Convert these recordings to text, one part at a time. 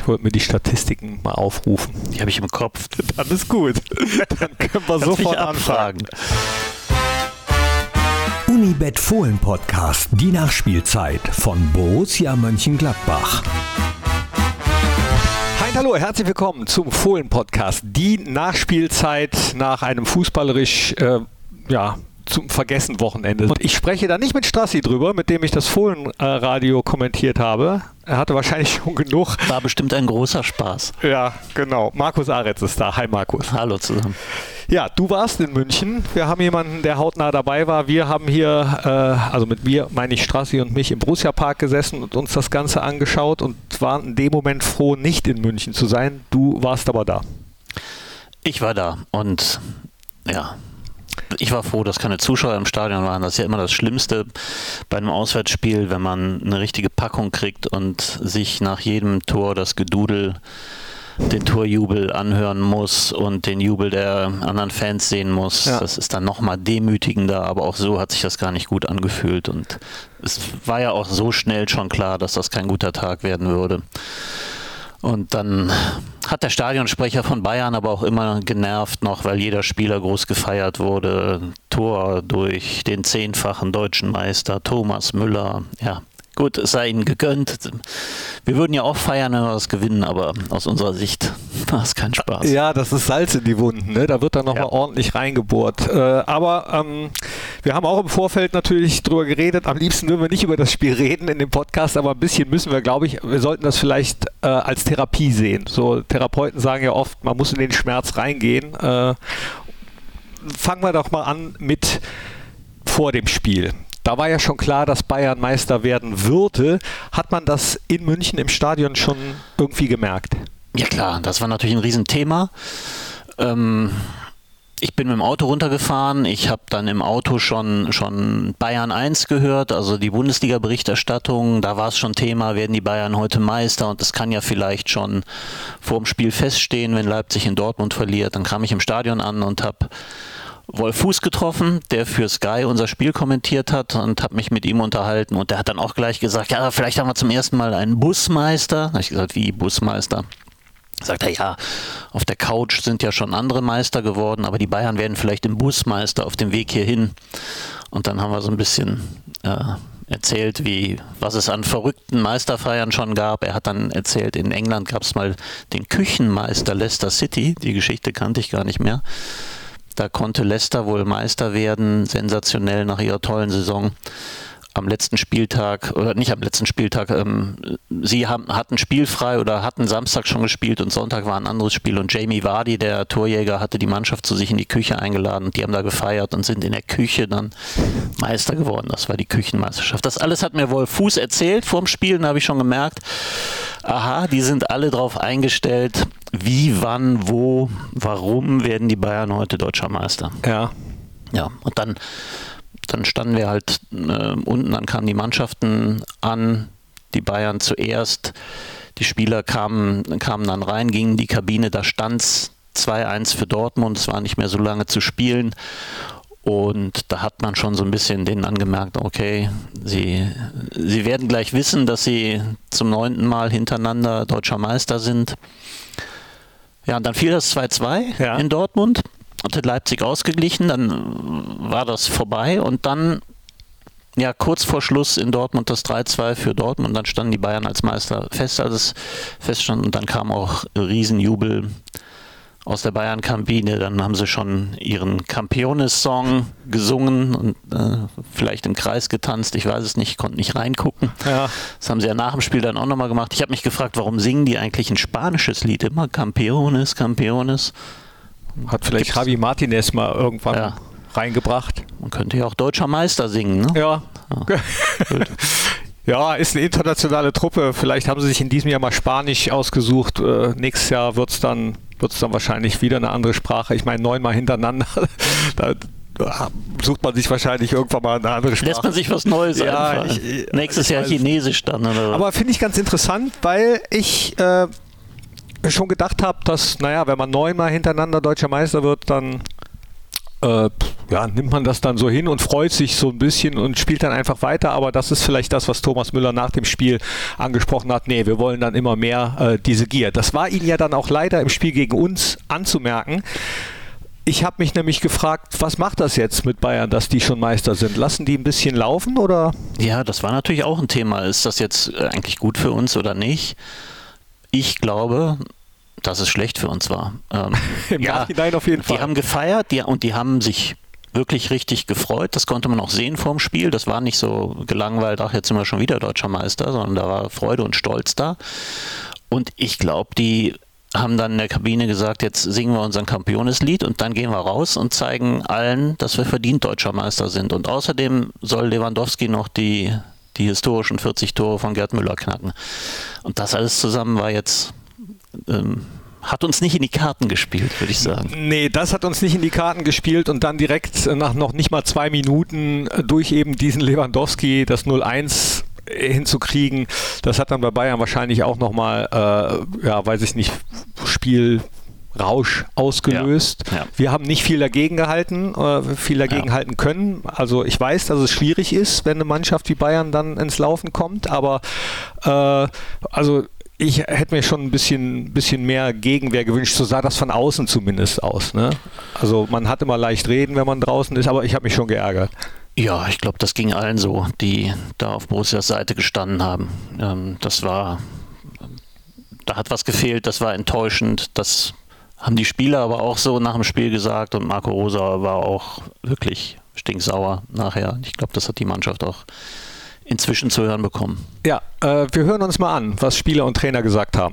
wollte mir die Statistiken mal aufrufen. Die habe ich im Kopf. Dann ist gut. Dann können wir sofort anfangen. Unibet Fohlen Podcast, die Nachspielzeit von Borussia Mönchengladbach. Hi, hallo, herzlich willkommen zum Fohlen Podcast, die Nachspielzeit nach einem fußballerisch, zum vergessen Wochenende. Und ich spreche da nicht mit Strassi drüber, mit dem ich das Fohlen-Radio kommentiert habe. Er hatte wahrscheinlich schon genug. War bestimmt ein großer Spaß. Ja, genau. Markus Aretz ist da. Hi, Markus. Hallo zusammen. Ja, du warst in München. Wir haben jemanden, der hautnah dabei war. Wir haben hier, also mit mir meine ich Strassi und mich, im Borussia Park gesessen und uns das Ganze angeschaut und waren in dem Moment froh, nicht in München zu sein. Du warst aber da. Ich war da und ja, ich war froh, dass keine Zuschauer im Stadion waren. Das ist ja immer das Schlimmste bei einem Auswärtsspiel, wenn man eine richtige Packung kriegt und sich nach jedem Tor das Gedudel, den Torjubel anhören muss und den Jubel der anderen Fans sehen muss. Ja. Das ist dann nochmal demütigender, aber auch so hat sich das gar nicht gut angefühlt. Und es war ja auch so schnell schon klar, dass das kein guter Tag werden würde. Und dann hat der Stadionsprecher von Bayern aber auch immer genervt noch, weil jeder Spieler groß gefeiert wurde. Tor durch den 10-fachen deutschen Meister Thomas Müller. Ja, gut, es sei ihnen gegönnt. Wir würden ja auch feiern, wenn wir was gewinnen, aber aus unserer Sicht war es kein Spaß. Ja, das ist Salz in die Wunden, ne? Da wird dann nochmal ordentlich reingebohrt. Aber wir haben auch im Vorfeld natürlich drüber geredet. Am liebsten würden wir nicht über das Spiel reden in dem Podcast, aber ein bisschen müssen wir, glaube ich, wir sollten das vielleicht als Therapie sehen. So Therapeuten sagen ja oft, man muss in den Schmerz reingehen. Fangen wir doch mal an mit vor dem Spiel. Da war ja schon klar, dass Bayern Meister werden würde. Hat man das in München im Stadion schon irgendwie gemerkt? Ja klar, das war natürlich ein Riesenthema. Ich bin mit dem Auto runtergefahren. Ich habe dann im Auto schon Bayern 1 gehört, also die Bundesliga-Berichterstattung. Da war es schon Thema, werden die Bayern heute Meister? Und das kann ja vielleicht schon vor dem Spiel feststehen, wenn Leipzig in Dortmund verliert. Dann kam ich im Stadion an und habe Wolf Fuß getroffen, der für Sky unser Spiel kommentiert hat, und habe mich mit ihm unterhalten. Und der hat dann auch gleich gesagt, ja, vielleicht haben wir zum ersten Mal einen Busmeister. Da habe ich gesagt, wie Busmeister? Sagt er, ja, auf der Couch sind ja schon andere Meister geworden, aber die Bayern werden vielleicht im Busmeister auf dem Weg hierhin. Und dann haben wir so ein bisschen erzählt, was es an verrückten Meisterfeiern schon gab. Er hat dann erzählt, in England gab es mal den Küchenmeister Leicester City. Die Geschichte kannte ich gar nicht mehr. Da konnte Leicester wohl Meister werden, sensationell nach ihrer tollen Saison. Am letzten Spieltag, oder nicht am letzten Spieltag, sie hatten spielfrei oder hatten Samstag schon gespielt und Sonntag war ein anderes Spiel, und Jamie Vardy, der Torjäger, hatte die Mannschaft zu sich in die Küche eingeladen und die haben da gefeiert und sind in der Küche dann Meister geworden. Das war die Küchenmeisterschaft. Das alles hat mir Wolf Fuß erzählt vor dem Spiel, und da habe ich schon gemerkt, aha, die sind alle drauf eingestellt, wie, wann, wo, warum werden die Bayern heute deutscher Meister. Ja. Ja, und dann standen wir halt unten, dann kamen die Mannschaften an, die Bayern zuerst, die Spieler kamen dann rein, gingen in die Kabine, da stand es 2-1 für Dortmund, es war nicht mehr so lange zu spielen, und da hat man schon so ein bisschen denen angemerkt, okay, sie werden gleich wissen, dass sie zum 9. Mal hintereinander deutscher Meister sind. Ja, und dann fiel das 2-2 in Dortmund. Hatte Leipzig ausgeglichen, dann war das vorbei, und dann, ja, kurz vor Schluss in Dortmund das 3-2 für Dortmund, und dann standen die Bayern als Meister fest, als es feststand, und dann kam auch Riesenjubel aus der Bayern-Kabine. Dann haben sie schon ihren Campeones-Song gesungen und vielleicht im Kreis getanzt, ich weiß es nicht, konnte nicht reingucken. Ja. Das haben sie ja nach dem Spiel dann auch nochmal gemacht. Ich habe mich gefragt, warum singen die eigentlich ein spanisches Lied immer? Campeones, Campeones. Hat vielleicht Javi Martinez mal irgendwann reingebracht. Man könnte ja auch Deutscher Meister singen, ne? Ja. Ja, ist eine internationale Truppe. Vielleicht haben sie sich in diesem Jahr mal Spanisch ausgesucht. Nächstes Jahr wird es dann wahrscheinlich wieder eine andere Sprache. Ich meine, 9 Mal hintereinander. Da sucht man sich wahrscheinlich irgendwann mal eine andere Sprache. Lässt man sich was Neues einfallen. Nächstes Jahr Chinesisch dann, oder? Aber finde ich ganz interessant, weil ich schon gedacht habe, dass, naja, wenn man 9 Mal hintereinander Deutscher Meister wird, dann ja, nimmt man das dann so hin und freut sich so ein bisschen und spielt dann einfach weiter. Aber das ist vielleicht das, was Thomas Müller nach dem Spiel angesprochen hat. Nee, wir wollen dann immer mehr diese Gier. Das war ihnen ja dann auch leider im Spiel gegen uns anzumerken. Ich habe mich nämlich gefragt, was macht das jetzt mit Bayern, dass die schon Meister sind? Lassen die ein bisschen laufen oder? Ja, das war natürlich auch ein Thema. Ist das jetzt eigentlich gut für uns oder nicht? Ich glaube, dass es schlecht für uns war. Im Nachhinein auf jeden Fall. Die haben gefeiert und die haben sich wirklich richtig gefreut. Das konnte man auch sehen vorm Spiel. Das war nicht so gelangweilt, ach, jetzt sind wir schon wieder Deutscher Meister, sondern da war Freude und Stolz da. Und ich glaube, die haben dann in der Kabine gesagt, jetzt singen wir unser Campiones-Lied und dann gehen wir raus und zeigen allen, dass wir verdient Deutscher Meister sind. Und außerdem soll Lewandowski noch die historischen 40 Tore von Gerd Müller knacken. Und das alles zusammen war jetzt, hat uns nicht in die Karten gespielt, würde ich sagen. Nee, das hat uns nicht in die Karten gespielt und dann direkt nach noch nicht mal 2 Minuten durch eben diesen Lewandowski das 0-1 hinzukriegen, das hat dann bei Bayern wahrscheinlich auch nochmal, weiß ich nicht, Spielrausch ausgelöst. Ja. Wir haben nicht viel dagegen gehalten, halten können. Also ich weiß, dass es schwierig ist, wenn eine Mannschaft wie Bayern dann ins Laufen kommt, aber ich hätte mir schon ein bisschen mehr Gegenwehr gewünscht, so sah das von außen zumindest aus. Ne? Also man hat immer leicht reden, wenn man draußen ist, aber ich habe mich schon geärgert. Ja, ich glaube, das ging allen so, die da auf Borussias Seite gestanden haben. Da hat was gefehlt, das war enttäuschend. Das haben die Spieler aber auch so nach dem Spiel gesagt und Marco Rosa war auch wirklich stinksauer nachher. Ich glaube, das hat die Mannschaft auch inzwischen zu hören bekommen. Ja, wir hören uns mal an, was Spieler und Trainer gesagt haben.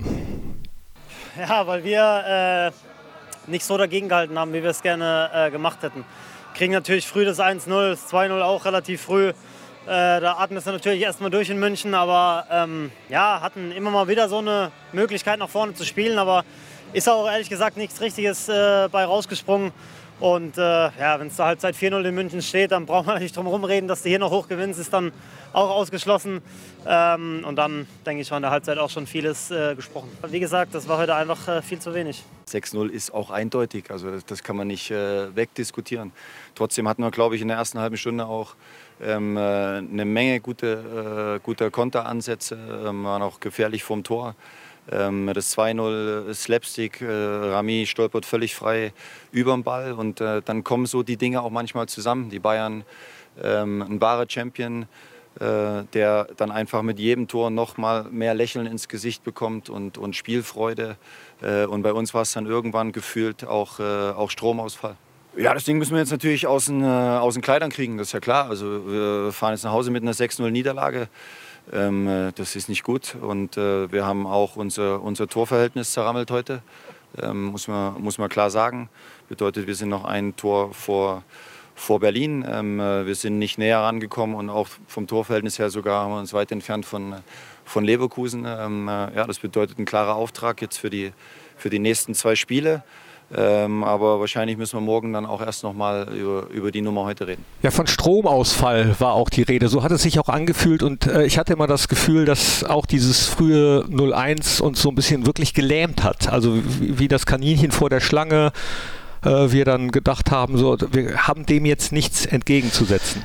Ja, weil wir nicht so dagegen gehalten haben, wie wir es gerne gemacht hätten. Kriegen natürlich früh das 1-0, das 2-0 auch relativ früh. Da atmen wir natürlich erstmal durch in München, aber hatten immer mal wieder so eine Möglichkeit nach vorne zu spielen, aber ist auch ehrlich gesagt nichts Richtiges bei rausgesprungen. Und wenn es zur Halbzeit 4-0 in München steht, dann braucht man nicht drum herum reden, dass du hier noch hoch gewinnst, ist dann auch ausgeschlossen. Und dann, denke ich, war in der Halbzeit auch schon vieles gesprochen. Wie gesagt, das war heute einfach viel zu wenig. 6-0 ist auch eindeutig, also das kann man nicht wegdiskutieren. Trotzdem hatten wir, glaube ich, in der ersten halben Stunde auch eine Menge guter Konteransätze, waren auch gefährlich vorm Tor. Das 2-0 Slapstick, Rami stolpert völlig frei über den Ball und dann kommen so die Dinge auch manchmal zusammen. Die Bayern, ein wahrer Champion, der dann einfach mit jedem Tor noch mal mehr Lächeln ins Gesicht bekommt und Spielfreude. Und bei uns war es dann irgendwann gefühlt auch Stromausfall. Ja, das Ding müssen wir jetzt natürlich aus den Kleidern kriegen, das ist ja klar. Also wir fahren jetzt nach Hause mit einer 6-0-Niederlage. Das ist nicht gut und wir haben auch unser Torverhältnis zerrammelt heute, muss man klar sagen. Bedeutet, wir sind noch ein Tor vor Berlin. Wir sind nicht näher rangekommen und auch vom Torverhältnis her sogar haben wir uns weit entfernt von Leverkusen. Das bedeutet ein klarer Auftrag jetzt für die nächsten 2 Spiele. Aber wahrscheinlich müssen wir morgen dann auch erst noch mal über die Nummer heute reden. Ja, von Stromausfall war auch die Rede. So hat es sich auch angefühlt und ich hatte immer das Gefühl, dass auch dieses frühe 0-1 uns so ein bisschen wirklich gelähmt hat. Also wie das Kaninchen vor der Schlange, wir dann gedacht haben, so, wir haben dem jetzt nichts entgegenzusetzen.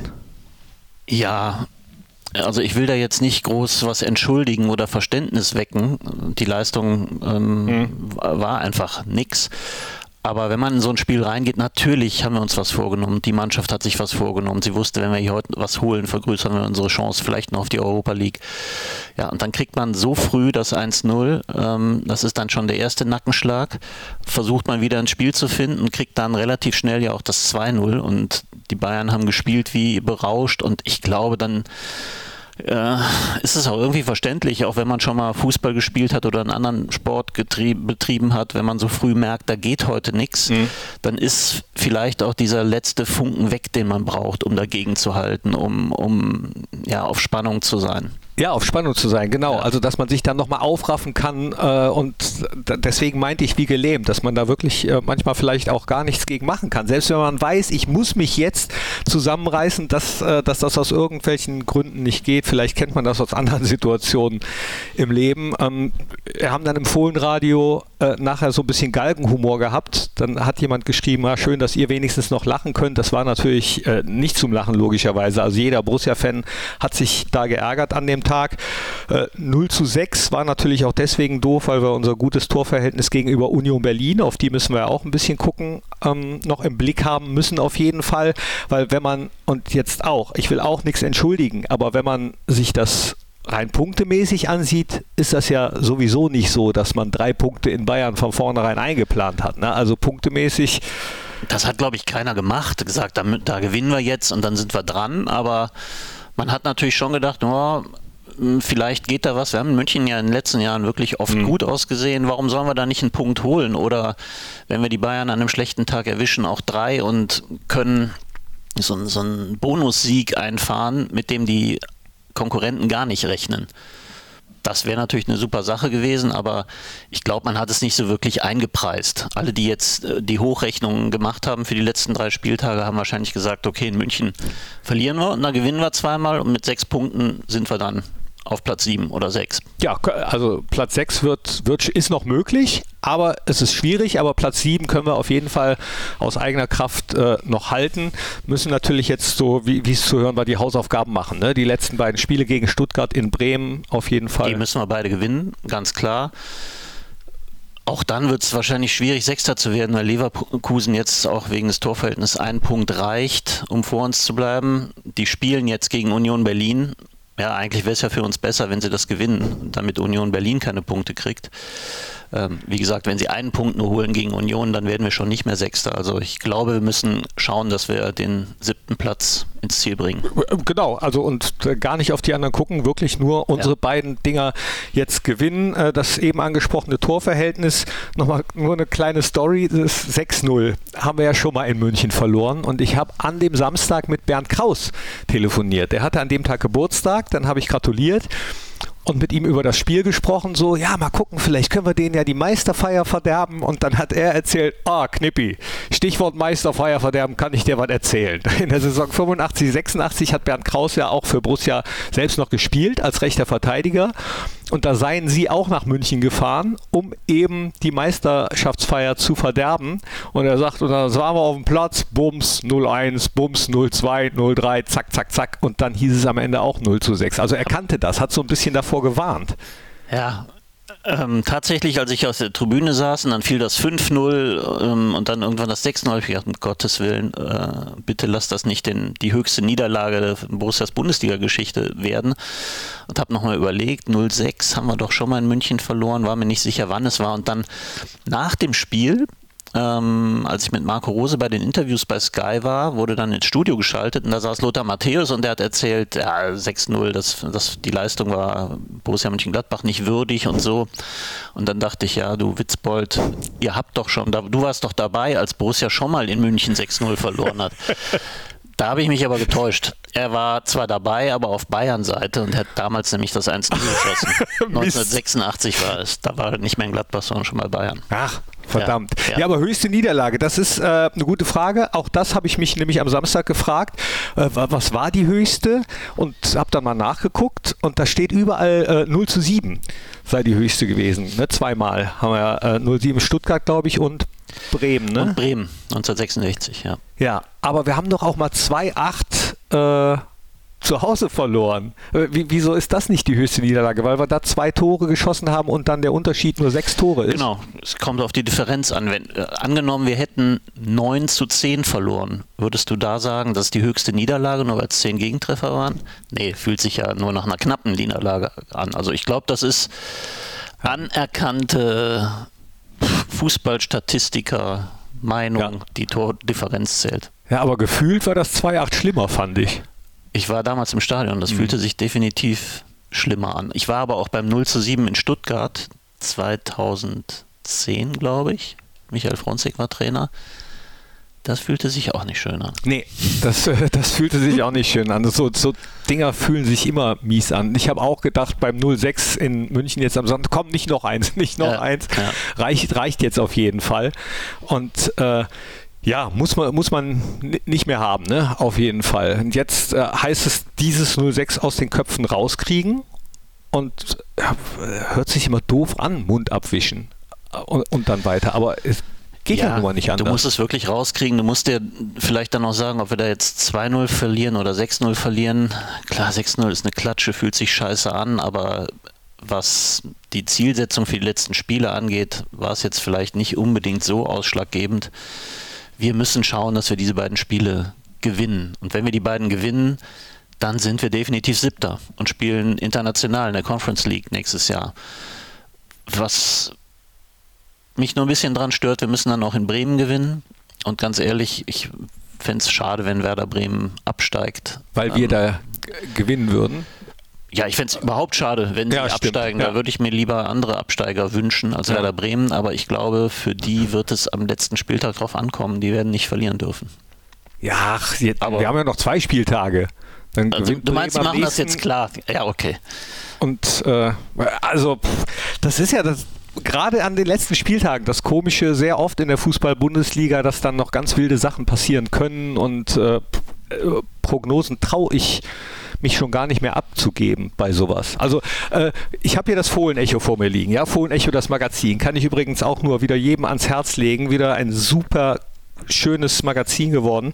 Ja, also ich will da jetzt nicht groß was entschuldigen oder Verständnis wecken. Die Leistung war einfach nix. Aber wenn man in so ein Spiel reingeht, natürlich haben wir uns was vorgenommen. Die Mannschaft hat sich was vorgenommen. Sie wusste, wenn wir hier heute was holen, vergrößern wir unsere Chance vielleicht noch auf die Europa League. Ja, und dann kriegt man so früh das 1-0. Das ist dann schon der erste Nackenschlag. Versucht man wieder ein Spiel zu finden, kriegt dann relativ schnell ja auch das 2-0. Und die Bayern haben gespielt wie berauscht. Und ich glaube, dann ist es auch irgendwie verständlich, auch wenn man schon mal Fußball gespielt hat oder einen anderen Sport betrieben hat, wenn man so früh merkt, da geht heute nichts, dann ist vielleicht auch dieser letzte Funken weg, den man braucht, um dagegen zu halten, um auf Spannung zu sein. Ja, auf Spannung zu sein, genau. Ja. Also, dass man sich dann nochmal aufraffen kann und deswegen meinte ich wie gelähmt, dass man da wirklich manchmal vielleicht auch gar nichts gegen machen kann. Selbst wenn man weiß, ich muss mich jetzt zusammenreißen, dass das aus irgendwelchen Gründen nicht geht. Vielleicht kennt man das aus anderen Situationen im Leben. Wir haben dann im Fohlenradio nachher so ein bisschen Galgenhumor gehabt. Dann hat jemand geschrieben, schön, dass ihr wenigstens noch lachen könnt. Das war natürlich nicht zum Lachen, logischerweise. Also jeder Borussia-Fan hat sich da geärgert an dem Tag. 0:6 war natürlich auch deswegen doof, weil wir unser gutes Torverhältnis gegenüber Union Berlin, auf die müssen wir auch ein bisschen gucken, noch im Blick haben müssen auf jeden Fall. Weil wenn man, und jetzt auch, ich will auch nichts entschuldigen, aber wenn man sich das rein punktemäßig ansieht, ist das ja sowieso nicht so, dass man 3 Punkte in Bayern von vornherein eingeplant hat. Ne? Also punktemäßig. Das hat, glaube ich, keiner gemacht. Gesagt, da gewinnen wir jetzt und dann sind wir dran. Aber man hat natürlich schon gedacht, vielleicht geht da was. Wir haben in München ja in den letzten Jahren wirklich oft gut ausgesehen. Warum sollen wir da nicht einen Punkt holen? Oder wenn wir die Bayern an einem schlechten Tag erwischen, auch 3 und können so einen Bonussieg einfahren, mit dem die Konkurrenten gar nicht rechnen. Das wäre natürlich eine super Sache gewesen, aber ich glaube, man hat es nicht so wirklich eingepreist. Alle, die jetzt die Hochrechnungen gemacht haben für die letzten 3 Spieltage, haben wahrscheinlich gesagt, okay, in München verlieren wir und dann gewinnen wir zweimal und mit 6 Punkten sind wir dann auf Platz 7 oder 6. Ja, also Platz 6 ist noch möglich, aber es ist schwierig, aber Platz 7 können wir auf jeden Fall aus eigener Kraft noch halten. Müssen natürlich jetzt so, wie es zu hören war, die Hausaufgaben machen. Ne? Die letzten beiden Spiele gegen Stuttgart in Bremen auf jeden Fall. Die müssen wir beide gewinnen, ganz klar. Auch dann wird es wahrscheinlich schwierig, Sechster zu werden, weil Leverkusen jetzt auch wegen des Torverhältnisses 1 Punkt reicht, um vor uns zu bleiben. Die spielen jetzt gegen Union Berlin. Ja, eigentlich wäre es ja für uns besser, wenn sie das gewinnen, damit Union Berlin keine Punkte kriegt. Wie gesagt, wenn sie einen Punkt nur holen gegen Union, dann werden wir schon nicht mehr Sechster. Also ich glaube, wir müssen schauen, dass wir den 7. Platz ins Ziel bringen. Genau, also und gar nicht auf die anderen gucken, wirklich nur unsere beiden Dinger jetzt gewinnen. Das eben angesprochene Torverhältnis, nochmal nur eine kleine Story, das 6:0 haben wir ja schon mal in München verloren und ich habe an dem Samstag mit Bernd Kraus telefoniert. Der hatte an dem Tag Geburtstag, dann habe ich gratuliert und mit ihm über das Spiel gesprochen, so, ja, mal gucken, vielleicht können wir denen ja die Meisterfeier verderben. Und dann hat er erzählt, Knippi, Stichwort Meisterfeier verderben, kann ich dir was erzählen. In der Saison 85, 86 hat Bernd Kraus ja auch für Borussia selbst noch gespielt, als rechter Verteidiger. Und da seien sie auch nach München gefahren, um eben die Meisterschaftsfeier zu verderben. Und er sagt, und dann waren wir auf dem Platz, Bums 0:1, Bums 0:2, 0:3, zack, zack, zack. Und dann hieß es am Ende auch 0:6. Also er kannte das, hat so ein bisschen davor gewarnt. Ja, tatsächlich, als ich aus der Tribüne saß und dann fiel das 5:0 und dann irgendwann das 6:0, habe ich gedacht, um Gottes Willen, bitte lass das nicht die höchste Niederlage der Borussias Bundesliga-Geschichte werden. Und habe nochmal überlegt, 0:6 haben wir doch schon mal in München verloren, war mir nicht sicher, wann es war. Und dann nach dem Spiel, als ich mit Marco Rose bei den Interviews bei Sky war, wurde dann ins Studio geschaltet und da saß Lothar Matthäus und der hat erzählt, 6:0, die Leistung war Borussia Mönchengladbach nicht würdig und so. Und dann dachte ich, ja, du Witzbold, ihr habt doch schon, du warst doch dabei, als Borussia schon mal in München 6:0 verloren hat. Da habe ich mich aber getäuscht. Er war zwar dabei, aber auf Bayern-Seite und hat damals nämlich das 1:0 geschossen. 1986 war es. Da war nicht mehr in Gladbach, sondern schon mal Bayern. Ach, verdammt. Ja, aber höchste Niederlage, das ist eine gute Frage. Auch das habe ich mich nämlich am Samstag gefragt. Was war die höchste? Und habe dann mal nachgeguckt und da steht überall 0:7 sei die höchste gewesen. Ne? Zweimal haben wir 0:7 Stuttgart, glaube ich, und Bremen, ne? Und Bremen, 1966, ja. Ja, aber wir haben doch auch mal 2:8 zu Hause verloren. Wieso ist das nicht die höchste Niederlage? Weil wir da 2 Tore geschossen haben und dann der Unterschied nur 6 Tore ist? Genau, es kommt auf die Differenz an. Angenommen, wir hätten 9:10 verloren, würdest du da sagen, das ist die höchste Niederlage, nur weil es 10 Gegentreffer waren? Nee, fühlt sich ja nur nach einer knappen Niederlage an. Also ich glaube, das ist anerkannte Fußballstatistiker Meinung, die Tordifferenz zählt. Ja, aber gefühlt war das 2:8 schlimmer, fand ich. Ich war damals im Stadion, das fühlte sich definitiv schlimmer an. Ich war aber auch beim 0:7 in Stuttgart 2010, glaube ich. Michael Fronzek war Trainer. Das fühlte sich auch nicht schön an. Nee, das fühlte sich auch nicht schön an. So Dinger fühlen sich immer mies an. Ich habe auch gedacht, beim 0:6 in München jetzt am Sonntag, komm, nicht noch eins. Ja. Reicht jetzt auf jeden Fall. Und ja, muss man nicht mehr haben, ne? Auf jeden Fall. Und jetzt heißt es, dieses 0:6 aus den Köpfen rauskriegen und hört sich immer doof an, Mund abwischen. und dann weiter. Aber es geht ja nun mal nicht anders. Du musst es wirklich rauskriegen. Du musst dir vielleicht dann noch sagen, ob wir da jetzt 2-0 verlieren oder 6-0 verlieren. Klar, 6-0 ist eine Klatsche, fühlt sich scheiße an, aber was die Zielsetzung für die letzten Spiele angeht, war es jetzt vielleicht nicht unbedingt so ausschlaggebend. Wir müssen schauen, dass wir diese beiden Spiele gewinnen. Und wenn wir die beiden gewinnen, dann sind wir definitiv 7. und spielen international in der Conference League nächstes Jahr. Was mich nur ein bisschen dran stört, wir müssen dann auch in Bremen gewinnen. Und ganz ehrlich, ich fände es schade, wenn Werder Bremen absteigt. Weil wir da gewinnen würden? Ja, ich fände es überhaupt schade, wenn sie absteigen. Da würde ich mir lieber andere Absteiger wünschen als Werder Bremen. Aber ich glaube, für die wird es am letzten Spieltag drauf ankommen. Die werden nicht verlieren dürfen. Ja, wir haben ja noch 2 Spieltage. Dann also, du meinst, sie machen das jetzt klar? Ja, okay. Und das ist ja das... Gerade an den letzten Spieltagen das Komische sehr oft in der Fußball-Bundesliga, dass dann noch ganz wilde Sachen passieren können und Prognosen traue ich mich schon gar nicht mehr abzugeben bei sowas. Also ich habe hier das Fohlen-Echo vor mir liegen. Ja, Fohlen-Echo, das Magazin. Kann ich übrigens auch nur wieder jedem ans Herz legen. Wieder ein super schönes Magazin geworden.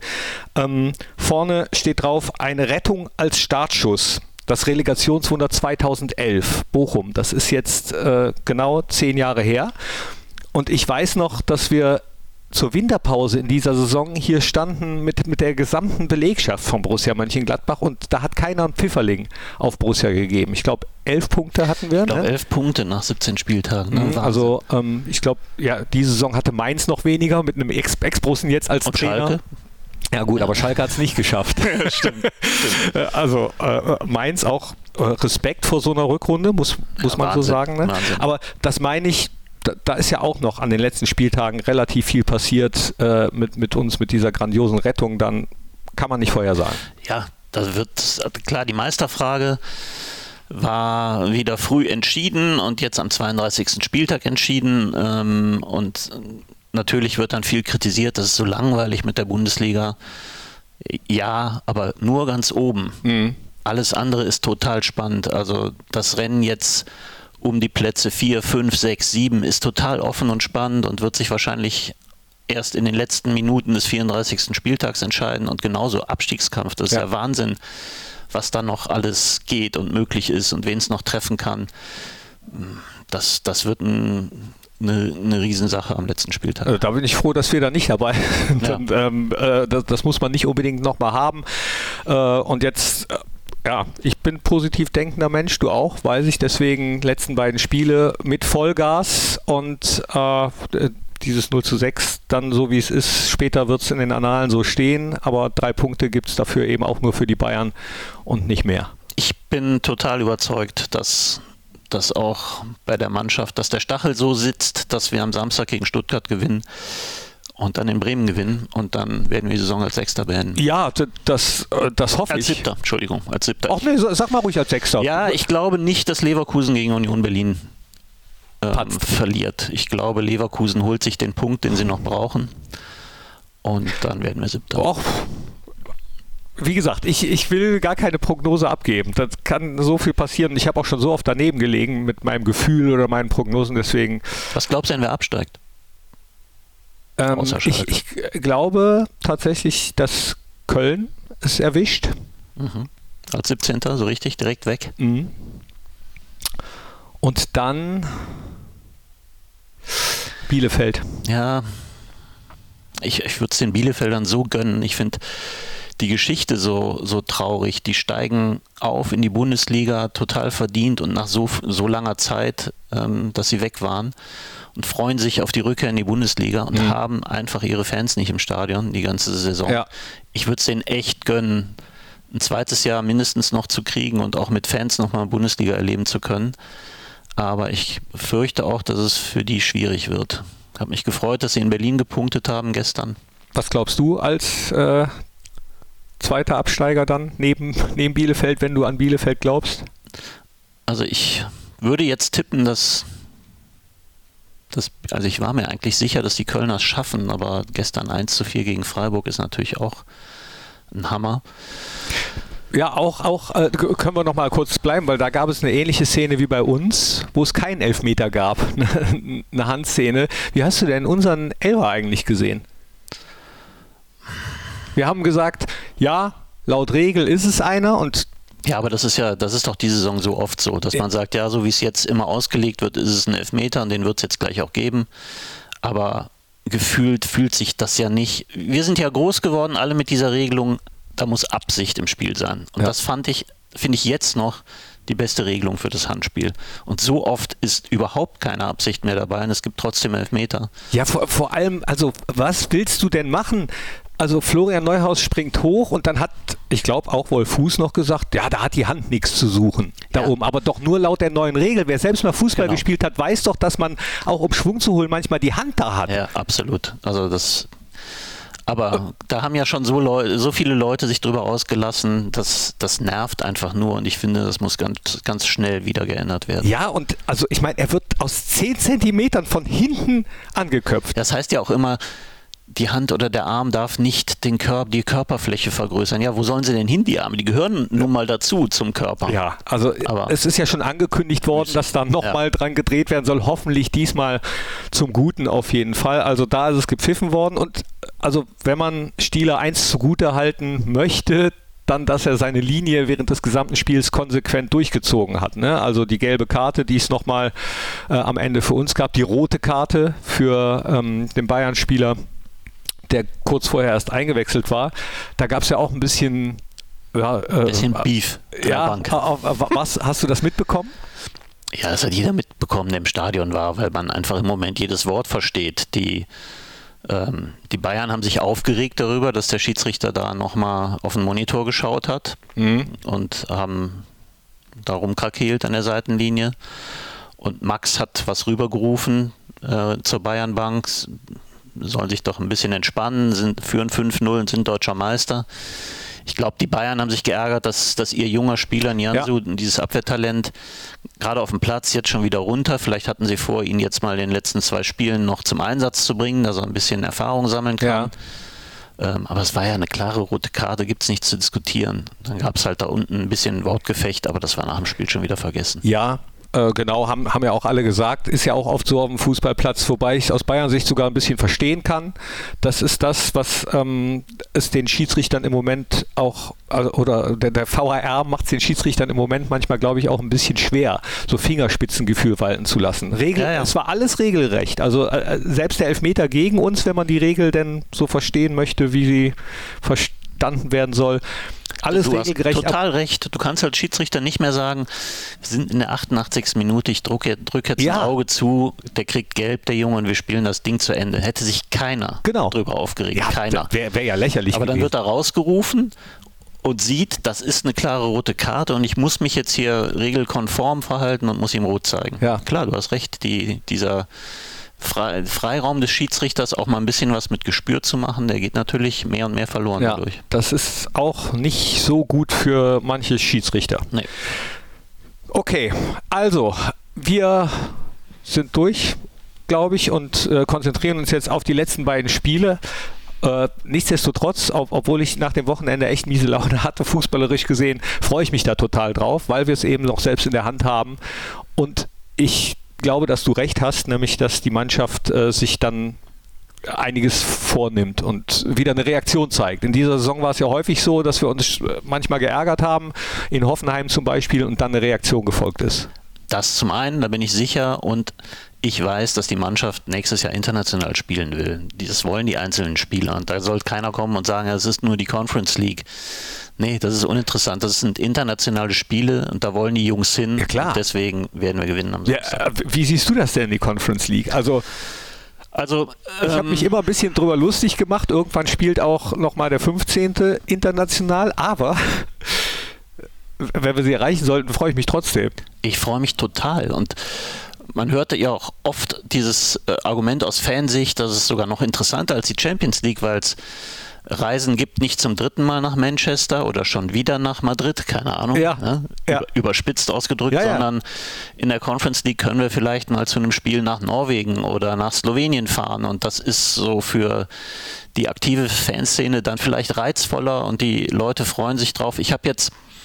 Vorne steht drauf, eine Rettung als Startschuss. Das Relegationswunder 2011, Bochum. Das ist jetzt genau 10 Jahre her. Und ich weiß noch, dass wir zur Winterpause in dieser Saison hier standen mit der gesamten Belegschaft von Borussia Mönchengladbach und da hat keiner einen Pfifferling auf Borussia gegeben. Ich glaube, 11 Punkte hatten wir. Ich glaube, 11 Punkte nach 17 Spieltagen. Ne? Also ich glaube, ja, diese Saison hatte Mainz noch weniger mit einem Ex-Borussen jetzt als und Trainer. Schalke? Ja gut, aber Schalke hat es nicht geschafft. Stimmt. Also Mainz auch Respekt vor so einer Rückrunde, muss man Wahnsinn, so sagen. Ne? Aber das meine ich, da ist ja auch noch an den letzten Spieltagen relativ viel passiert mit uns, mit dieser grandiosen Rettung, dann kann man nicht vorhersagen. Ja, das wird klar, die Meisterfrage war wieder früh entschieden und jetzt am 32. Spieltag entschieden und natürlich wird dann viel kritisiert, das ist so langweilig mit der Bundesliga. Ja, aber nur ganz oben. Mhm. Alles andere ist total spannend. Also das Rennen jetzt um die Plätze 4, 5, 6, 7 ist total offen und spannend und wird sich wahrscheinlich erst in den letzten Minuten des 34. Spieltags entscheiden. Und genauso Abstiegskampf, das ist ja Wahnsinn, was da noch alles geht und möglich ist und wen es noch treffen kann. Das wird eine Riesensache am letzten Spieltag. Also da bin ich froh, dass wir da nicht dabei sind. Ja. Das muss man nicht unbedingt nochmal haben. Und jetzt, ich bin positiv denkender Mensch, du auch, weiß ich. Deswegen letzten beiden Spiele mit Vollgas und dieses 0:6 dann so wie es ist. Später wird es in den Annalen so stehen, aber 3 Punkte gibt es dafür eben auch nur für die Bayern und nicht mehr. Ich bin total überzeugt, dass auch bei der Mannschaft, dass der Stachel so sitzt, dass wir am Samstag gegen Stuttgart gewinnen und dann in Bremen gewinnen und dann werden wir die Saison als Sechster beenden. Ja, das hoffe als ich. Siebter, Entschuldigung, als Siebter. Ach nee, sag mal ruhig als Sechster. Ja, ich glaube nicht, dass Leverkusen gegen Union Berlin verliert. Ich glaube, Leverkusen holt sich den Punkt, den sie noch brauchen und dann werden wir Siebter. Och. Wie gesagt, ich will gar keine Prognose abgeben. Das kann so viel passieren. Ich habe auch schon so oft daneben gelegen mit meinem Gefühl oder meinen Prognosen. Deswegen. Was glaubst du denn, wer absteigt? Ich glaube tatsächlich, dass Köln es erwischt. Mhm. Als 17. so richtig, direkt weg. Mhm. Und dann Bielefeld. Ja, ich würde es den Bielefeldern so gönnen. Ich finde die Geschichte so traurig. Die steigen auf in die Bundesliga total verdient und nach so langer Zeit, dass sie weg waren und freuen sich auf die Rückkehr in die Bundesliga und haben einfach ihre Fans nicht im Stadion die ganze Saison. Ja. Ich würde es denen echt gönnen, ein zweites Jahr mindestens noch zu kriegen und auch mit Fans nochmal Bundesliga erleben zu können. Aber ich fürchte auch, dass es für die schwierig wird. Ich habe mich gefreut, dass sie in Berlin gepunktet haben gestern. Was glaubst du als zweiter Absteiger dann neben Bielefeld, wenn du an Bielefeld glaubst? Also ich würde jetzt tippen, dass ich war mir eigentlich sicher, dass die Kölner es schaffen, aber gestern 1:4 gegen Freiburg ist natürlich auch ein Hammer. Ja, auch können wir noch mal kurz bleiben, weil da gab es eine ähnliche Szene wie bei uns, wo es keinen Elfmeter gab, eine Handszene. Wie hast du denn unseren Elfer eigentlich gesehen? Wir haben gesagt, ja, laut Regel ist es einer und ja, aber das ist doch die Saison so oft so, dass man sagt, ja, so wie es jetzt immer ausgelegt wird, ist es ein Elfmeter und den wird es jetzt gleich auch geben. Aber gefühlt fühlt sich das ja nicht. Wir sind ja groß geworden, alle mit dieser Regelung, da muss Absicht im Spiel sein. Und das finde ich jetzt noch die beste Regelung für das Handspiel. Und so oft ist überhaupt keine Absicht mehr dabei und es gibt trotzdem Elfmeter. Ja, vor allem, also was willst du denn machen? Also Florian Neuhaus springt hoch und dann hat, ich glaube, auch Wolf Fuß noch gesagt, ja, da hat die Hand nichts zu suchen da oben. Aber doch nur laut der neuen Regel. Wer selbst mal Fußball gespielt hat, weiß doch, dass man auch, um Schwung zu holen, manchmal die Hand da hat. Ja, absolut. Also aber da haben ja schon so viele Leute sich drüber ausgelassen, das nervt einfach nur und ich finde, das muss ganz, ganz schnell wieder geändert werden. Ja, und also ich meine, er wird aus 10 Zentimetern von hinten angeköpft. Das heißt ja auch immer, die Hand oder der Arm darf nicht die Körperfläche vergrößern. Ja, wo sollen sie denn hin, die Arme? Die gehören nun mal dazu, zum Körper. Ja, also es ist ja schon angekündigt worden, dass da nochmal dran gedreht werden soll. Hoffentlich diesmal zum Guten auf jeden Fall. Also da ist es gepfiffen worden. Und also wenn man Stieler eins zugute halten möchte, dann, dass er seine Linie während des gesamten Spiels konsequent durchgezogen hat. Ne? Also die gelbe Karte, die es nochmal am Ende für uns gab, die rote Karte für den Bayern-Spieler, der kurz vorher erst eingewechselt war, da gab es ja auch ein bisschen Beef. Ja, was hast du das mitbekommen? Ja, das hat jeder mitbekommen, der im Stadion war, weil man einfach im Moment jedes Wort versteht. Die Bayern haben sich aufgeregt darüber, dass der Schiedsrichter da nochmal auf den Monitor geschaut hat und haben da rumkrakeelt an der Seitenlinie. Und Max hat was rübergerufen zur Bayernbank, sollen sich doch ein bisschen entspannen, führen 5-0 und sind deutscher Meister. Ich glaube, die Bayern haben sich geärgert, dass ihr junger Spieler Nianzou, dieses Abwehrtalent, gerade auf dem Platz jetzt schon wieder runter. Vielleicht hatten sie vor, ihn jetzt mal in den letzten 2 Spielen noch zum Einsatz zu bringen, dass er ein bisschen Erfahrung sammeln kann. Ja. Aber es war ja eine klare rote Karte, gibt es nichts zu diskutieren. Dann gab es halt da unten ein bisschen Wortgefecht, aber das war nach dem Spiel schon wieder vergessen. Ja. Genau, haben ja auch alle gesagt, ist ja auch oft so auf dem Fußballplatz, wobei ich aus Bayern-Sicht sogar ein bisschen verstehen kann. Das ist das, was es den Schiedsrichtern im Moment auch, oder der VAR macht es den Schiedsrichtern im Moment manchmal, glaube ich, auch ein bisschen schwer, so Fingerspitzengefühl walten zu lassen. Es war alles regelrecht. Also selbst der Elfmeter gegen uns, wenn man die Regel denn so verstehen möchte, wie sie verstanden werden soll, alles regelgerecht. Total recht. Du kannst als Schiedsrichter nicht mehr sagen, wir sind in der 88. Minute, ich drück jetzt ein Auge zu, der kriegt gelb, der Junge, und wir spielen das Ding zu Ende. Hätte sich keiner drüber aufgeregt. Ja, keiner. Wäre ja lächerlich Aber gewesen. Dann wird er rausgerufen und sieht, das ist eine klare rote Karte und ich muss mich jetzt hier regelkonform verhalten und muss ihm rot zeigen. Ja. Klar, du hast recht, dieser Freiraum des Schiedsrichters, auch mal ein bisschen was mit Gespür zu machen, der geht natürlich mehr und mehr verloren dadurch. Das ist auch nicht so gut für manche Schiedsrichter. Nee. Okay, also wir sind durch, glaube ich, und konzentrieren uns jetzt auf die letzten beiden Spiele. Nichtsdestotrotz, obwohl ich nach dem Wochenende echt miese Laune hatte, fußballerisch gesehen, freue ich mich da total drauf, weil wir es eben noch selbst in der Hand haben. Und ich glaube, dass du recht hast, nämlich dass die Mannschaft sich dann einiges vornimmt und wieder eine Reaktion zeigt. In dieser Saison war es ja häufig so, dass wir uns manchmal geärgert haben, in Hoffenheim zum Beispiel, und dann eine Reaktion gefolgt ist. Das zum einen, da bin ich sicher, und ich weiß, dass die Mannschaft nächstes Jahr international spielen will. Das wollen die einzelnen Spieler, und da soll keiner kommen und sagen, es ist nur die Conference League. Nee, das ist uninteressant. Das sind internationale Spiele und da wollen die Jungs hin. Ja, klar. Und deswegen werden wir gewinnen am Samstag. Wie siehst du das denn, die Conference League? Also ich habe mich immer ein bisschen drüber lustig gemacht. Irgendwann spielt auch nochmal der 15. international, aber wenn wir sie erreichen sollten, freue ich mich trotzdem. Ich freue mich total, und man hörte ja auch oft dieses Argument aus Fansicht, dass es sogar noch interessanter als die Champions League, weil es Reisen gibt, nicht zum 3. Mal nach Manchester oder schon wieder nach Madrid, keine Ahnung, überspitzt ausgedrückt, sondern in der Conference League können wir vielleicht mal zu einem Spiel nach Norwegen oder nach Slowenien fahren, und das ist so für die aktive Fanszene dann vielleicht reizvoller und die Leute freuen sich drauf. Ich habe jetzt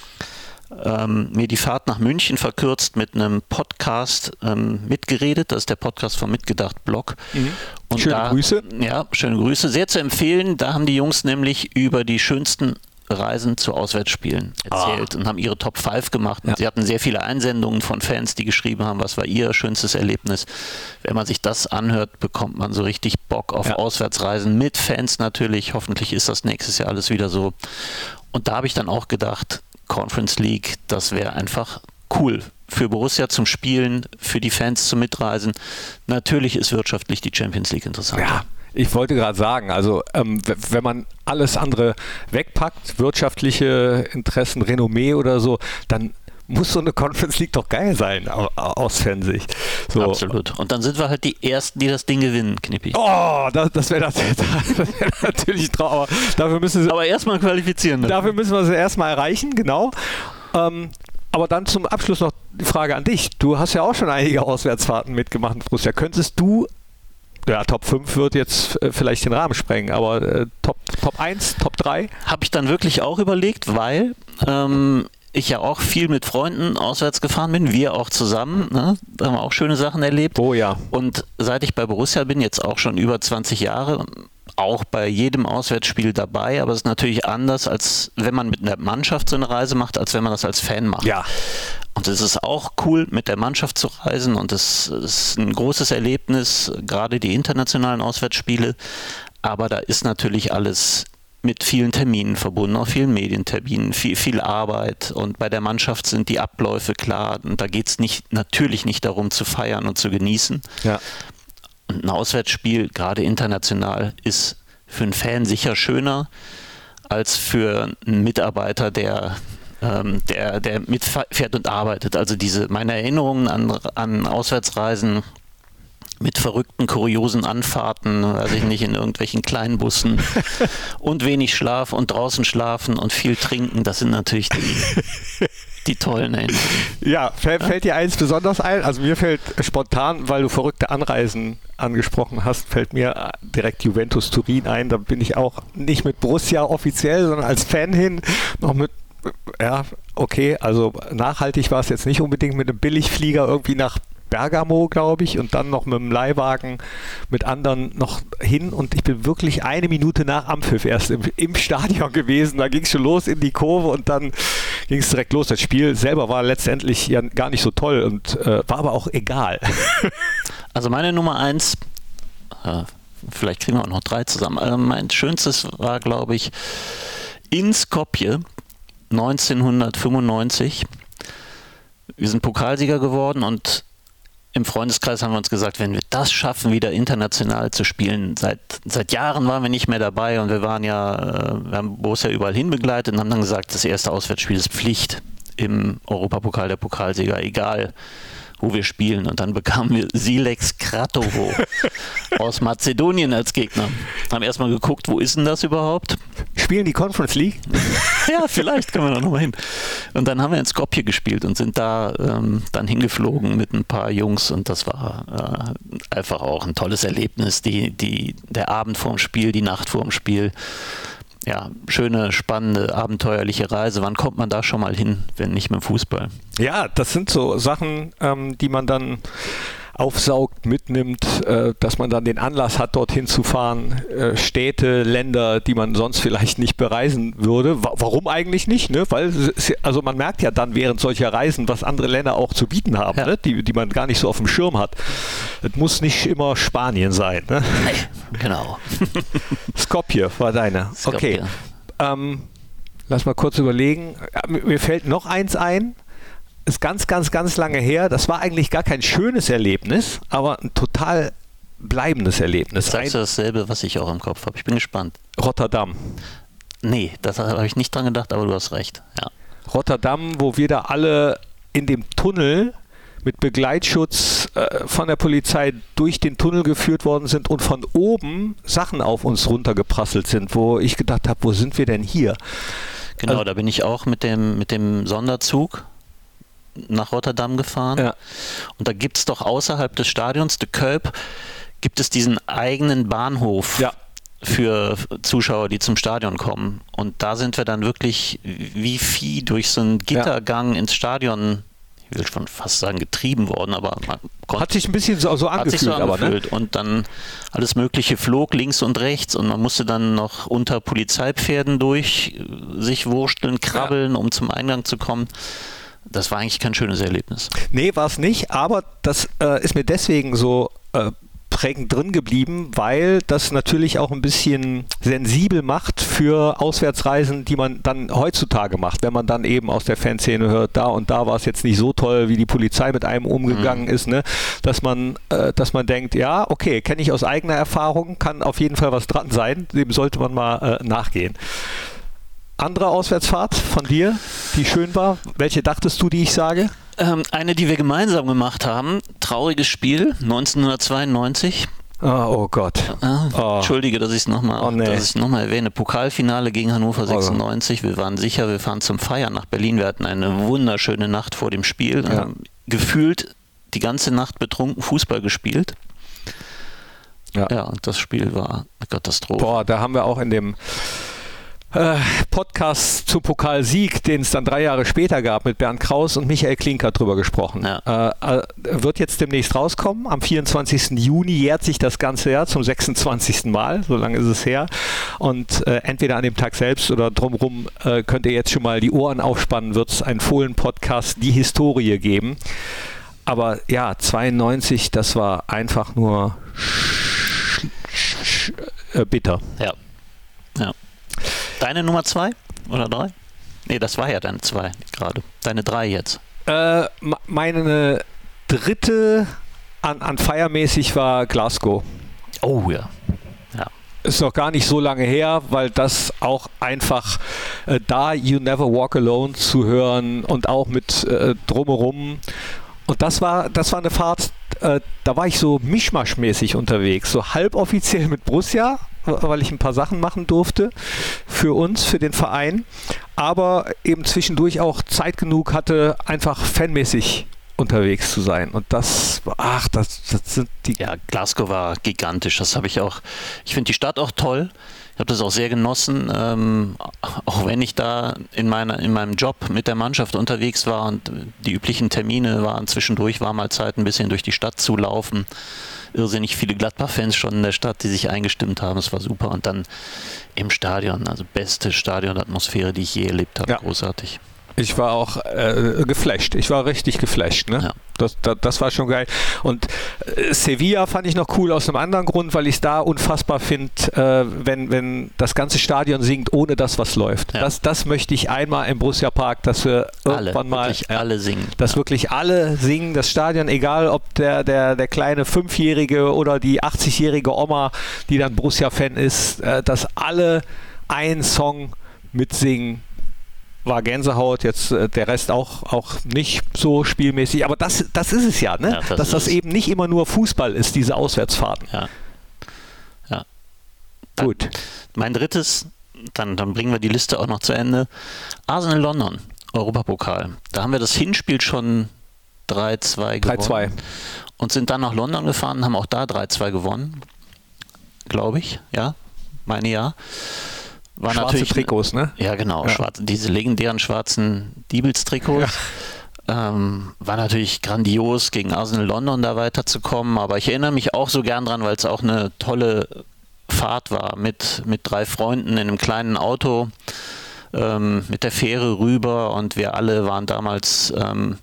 mir die Fahrt nach München verkürzt mit einem Podcast mitgeredet. Das ist der Podcast vom Mitgedacht-Blog. Und schöne Grüße. Ja, schöne Grüße. Sehr zu empfehlen. Da haben die Jungs nämlich über die schönsten Reisen zu Auswärtsspielen erzählt und haben ihre Top 5 gemacht. Und sie hatten sehr viele Einsendungen von Fans, die geschrieben haben, was war ihr schönstes Erlebnis. Wenn man sich das anhört, bekommt man so richtig Bock auf Auswärtsreisen mit Fans natürlich. Hoffentlich ist das nächstes Jahr alles wieder so. Und da habe ich dann auch gedacht, Conference League, das wäre einfach cool für Borussia zum Spielen, für die Fans zum Mitreisen. Natürlich ist wirtschaftlich die Champions League interessant. Ja. Ich wollte gerade sagen, also wenn man alles andere wegpackt, wirtschaftliche Interessen, Renommee oder so, dann muss so eine Conference League doch geil sein, aus Fansicht. So. Absolut. Und dann sind wir halt die Ersten, die das Ding gewinnen, Knippi. Oh, das wäre natürlich traurig. Aber erstmal qualifizieren. Dafür müssen wir sie erstmal erreichen, genau. Aber dann zum Abschluss noch die Frage an dich. Du hast ja auch schon einige Auswärtsfahrten mitgemacht, Borussia. Könntest du, ja, Top 5 wird jetzt vielleicht den Rahmen sprengen, aber Top 1, Top 3? Habe ich dann wirklich auch überlegt, weil ich ja auch viel mit Freunden auswärts gefahren bin, wir auch zusammen, ne? Da haben wir auch schöne Sachen erlebt. Oh ja. Und seit ich bei Borussia bin, jetzt auch schon über 20 Jahre, auch bei jedem Auswärtsspiel dabei, aber es ist natürlich anders, als wenn man mit einer Mannschaft so eine Reise macht, als wenn man das als Fan macht. Ja. Und es ist auch cool, mit der Mannschaft zu reisen und es ist ein großes Erlebnis, gerade die internationalen Auswärtsspiele. Aber da ist natürlich alles mit vielen Terminen verbunden, auch vielen Medienterminen, viel Arbeit. Und bei der Mannschaft sind die Abläufe klar. Und da geht es natürlich nicht darum zu feiern und zu genießen. Ja. Und ein Auswärtsspiel, gerade international, ist für einen Fan sicher schöner als für einen Mitarbeiter, der mitfährt und arbeitet. Also meine Erinnerungen an Auswärtsreisen mit verrückten, kuriosen Anfahrten, weiß ich nicht, in irgendwelchen kleinen Bussen und wenig Schlaf und draußen schlafen und viel trinken, das sind natürlich die tollen Erinnerungen. Ja, fällt dir eins besonders ein? Also mir fällt spontan, weil du verrückte Anreisen angesprochen hast, fällt mir direkt Juventus Turin ein. Da bin ich auch nicht mit Borussia offiziell, sondern als Fan hin, noch mit, ja, okay, also nachhaltig war es jetzt nicht unbedingt mit einem Billigflieger irgendwie nach Bergamo, glaube ich, und dann noch mit dem Leihwagen mit anderen noch hin, und ich bin wirklich 1 Minute nach Anpfiff erst im Stadion gewesen. Da ging es schon los in die Kurve und dann ging es direkt los. Das Spiel selber war letztendlich ja gar nicht so toll und war aber auch egal. Also meine Nummer 1, vielleicht kriegen wir auch noch 3 zusammen. Mein schönstes war, glaube ich, in Skopje 1995. Wir sind Pokalsieger geworden und im Freundeskreis haben wir uns gesagt, wenn wir das schaffen, wieder international zu spielen, seit Jahren waren wir nicht mehr dabei und wir haben Borussia überall hin begleitet und haben dann gesagt, das erste Auswärtsspiel ist Pflicht im Europapokal der Pokalsieger, egal wo wir spielen. Und dann bekamen wir Silex Kratovo aus Mazedonien als Gegner. Haben erstmal geguckt, wo ist denn das überhaupt? Spielen die Conference League? Ja, vielleicht können wir da nochmal hin. Und dann haben wir in Skopje gespielt und sind da dann hingeflogen mit ein paar Jungs und das war einfach auch ein tolles Erlebnis. Der Abend vorm Spiel, die Nacht vorm Spiel. Ja, schöne, spannende, abenteuerliche Reise. Wann kommt man da schon mal hin, wenn nicht mit dem Fußball? Ja, das sind so Sachen, die man dann aufsaugt, mitnimmt, dass man dann den Anlass hat, dorthin zu fahren. Städte, Länder, die man sonst vielleicht nicht bereisen würde. Warum eigentlich nicht? Ne? Weil also man merkt ja dann während solcher Reisen, was andere Länder auch zu bieten haben, ja, ne? die man gar nicht so auf dem Schirm hat. Es muss nicht immer Spanien sein. Ne? Nee, genau. Skopje war deine. Skopje. Okay. Lass mal kurz überlegen. Mir fällt noch eins ein. Ist ganz, ganz, ganz lange her. Das war eigentlich gar kein schönes Erlebnis, aber ein total bleibendes Erlebnis. Jetzt sagst du dasselbe, was ich auch im Kopf habe. Ich bin gespannt. Rotterdam. Nee, das habe ich nicht dran gedacht, aber du hast recht. Ja. Rotterdam, wo wir da alle in dem Tunnel mit Begleitschutz von der Polizei durch den Tunnel geführt worden sind und von oben Sachen auf uns runtergeprasselt sind, wo ich gedacht habe, wo sind wir denn hier? Genau, also, da bin ich auch mit dem Sonderzug nach Rotterdam gefahren. Ja. Und da gibt es doch außerhalb des Stadions, de Kuip, gibt es diesen eigenen Bahnhof. Ja. für Zuschauer, die zum Stadion kommen. Und da sind wir dann wirklich wie Vieh durch so einen Gittergang ins Stadion, ich will schon fast sagen getrieben worden, aber man konnte, hat sich ein bisschen so angefühlt. Aber, ne? Und dann alles Mögliche flog links und rechts und man musste dann noch unter Polizeipferden durch sich wursteln, krabbeln, um zum Eingang zu kommen. Das war eigentlich kein schönes Erlebnis. Nee, war es nicht, aber das ist mir deswegen so prägend drin geblieben, weil das natürlich auch ein bisschen sensibel macht für Auswärtsreisen, die man dann heutzutage macht, wenn man dann eben aus der Fanszene hört, da und da war es jetzt nicht so toll, wie die Polizei mit einem umgegangen ist, ne? Dass man denkt, ja, okay, kenne ich aus eigener Erfahrung, kann auf jeden Fall was dran sein, dem sollte man mal nachgehen. Andere Auswärtsfahrt von dir, die schön war? Welche dachtest du, die ich sage? Eine, die wir gemeinsam gemacht haben. Trauriges Spiel, 1992. Oh Gott. Entschuldige, dass ich es nochmal erwähne. Pokalfinale gegen Hannover 96. Wir waren sicher, wir fahren zum Feiern nach Berlin. Wir hatten eine wunderschöne Nacht vor dem Spiel. Ja. Gefühlt die ganze Nacht betrunken Fußball gespielt. Ja, und das Spiel war eine Katastrophe. Boah, da haben wir auch in dem Podcast zu Pokalsieg, den es dann 3 Jahre später gab, mit Bernd Kraus und Michael Klinkert drüber gesprochen. Ja. Wird jetzt demnächst rauskommen. Am 24. Juni jährt sich das ganze Jahr zum 26. Mal. So lange ist es her. Und entweder an dem Tag selbst oder drumherum könnt ihr jetzt schon mal die Ohren aufspannen, wird es einen Fohlen-Podcast Die Historie geben. Aber ja, 92, das war einfach nur bitter. Ja. Deine Nummer 2 oder 3? Nee, das war ja deine 2 gerade. Deine 3 jetzt. Meine dritte an feiermäßig war Glasgow. Oh ja. Ist noch gar nicht so lange her, weil das auch einfach da You Never Walk Alone zu hören und auch mit drumherum. Und das war eine Fahrt, da war ich so mischmaschmäßig unterwegs, so halboffiziell mit Borussia, weil ich ein paar Sachen machen durfte für uns, für den Verein, aber eben zwischendurch auch Zeit genug hatte, einfach fanmäßig unterwegs zu sein. Und das sind die... Ja, Glasgow war gigantisch, das habe ich auch. Ich finde die Stadt auch toll. Ich habe das auch sehr genossen, auch wenn ich da in meinem Job mit der Mannschaft unterwegs war und die üblichen Termine waren, zwischendurch war mal Zeit, ein bisschen durch die Stadt zu laufen. Irrsinnig viele Gladbach-Fans schon in der Stadt, die sich eingestimmt haben, es war super. Und dann im Stadion, also beste Stadionatmosphäre, die ich je erlebt habe, großartig. Ich war auch geflasht. Ich war richtig geflasht. Ne? Ja. Das war schon geil. Und Sevilla fand ich noch cool aus einem anderen Grund, weil ich es da unfassbar finde, wenn das ganze Stadion singt, ohne das, was läuft. Ja. Das möchte ich einmal im Borussia Park, dass wir irgendwann mal... alle singen. Dass wirklich alle singen, das Stadion, egal ob der kleine 5-Jährige oder die 80-jährige Oma, die dann Borussia-Fan ist, dass alle einen Song mitsingen. War Gänsehaut, jetzt der Rest auch nicht so spielmäßig, aber das ist es ja, ne? Ja, dass das eben nicht immer nur Fußball ist, diese Auswärtsfahrten. Ja. Gut. Mein drittes, dann bringen wir die Liste auch noch zu Ende. Arsenal London, Europapokal. Da haben wir das Hinspiel schon 3-2 gewonnen. 3-2. Und sind dann nach London gefahren und haben auch da 3-2 gewonnen. Glaube ich, ja. Meine ja. War schwarze Trikots, ne? Ja, genau. Ja. Diese legendären schwarzen Diebels-Trikots. Ja. War natürlich grandios, gegen Arsenal London da weiterzukommen. Aber ich erinnere mich auch so gern dran, weil es auch eine tolle Fahrt war mit 3 Freunden in einem kleinen Auto mit der Fähre rüber. Und wir alle waren damals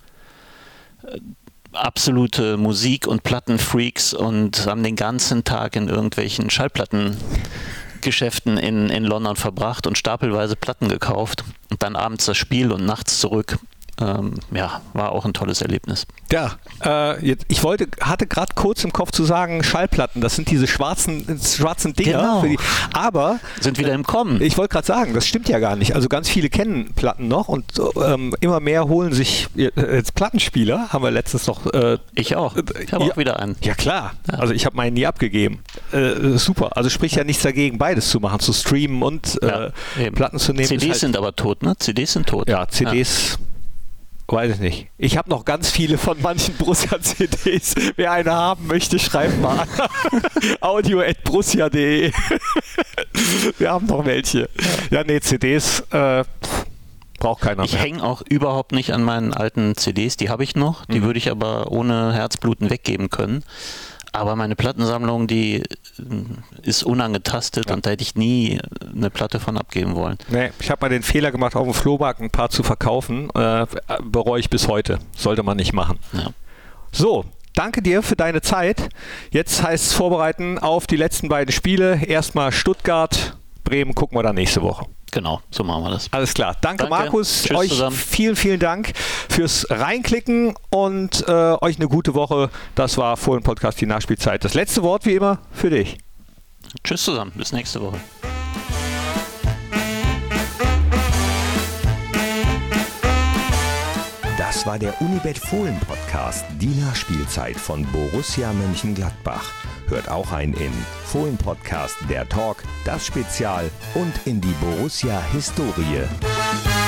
absolute Musik- und Plattenfreaks und haben den ganzen Tag in irgendwelchen Schallplattengeschäften in London verbracht und stapelweise Platten gekauft und dann abends das Spiel und nachts zurück. War auch ein tolles Erlebnis. Ja, ich hatte gerade kurz im Kopf zu sagen, Schallplatten, das sind diese schwarzen Dinger. Genau. Aber sind wieder im Kommen. Ich wollte gerade sagen, das stimmt ja gar nicht. Also ganz viele kennen Platten noch und immer mehr holen sich jetzt Plattenspieler, haben wir letztens noch. Ich auch. Ich habe auch wieder einen. Ja klar, also ich habe meinen nie abgegeben. Super, also spricht ja nichts dagegen, beides zu machen, zu streamen und Platten zu nehmen. CDs sind aber tot, ne? CDs sind tot. Ja, CDs... Weiß ich nicht. Ich habe noch ganz viele von manchen Borussia-CDs. Wer eine haben möchte, schreibt mal an. audio@borussia.de Wir haben noch welche. Ja, nee, CDs braucht keiner mehr. Ich hänge auch überhaupt nicht an meinen alten CDs, die habe ich noch. Die würde ich aber ohne Herzbluten weggeben können. Aber meine Plattensammlung, die ist unangetastet und da hätte ich nie eine Platte von abgeben wollen. Nee, ich habe mal den Fehler gemacht, auf dem Flohmarkt ein paar zu verkaufen. Bereue ich bis heute. Sollte man nicht machen. Ja. So, danke dir für deine Zeit. Jetzt heißt es vorbereiten auf die letzten beiden Spiele. Erstmal Stuttgart, Bremen, gucken wir dann nächste Woche. Genau, so machen wir das. Alles klar. Danke Markus. Tschüss euch zusammen. vielen, vielen Dank fürs Reinklicken und euch eine gute Woche. Das war Fohlen-Podcast, die Nachspielzeit. Das letzte Wort wie immer für dich. Tschüss zusammen, bis nächste Woche. Das war der Unibet Fohlen Podcast, die Nachspielzeit von Borussia Mönchengladbach. Hört auch ein in Fohlen Podcast, der Talk, das Spezial und in die Borussia Historie.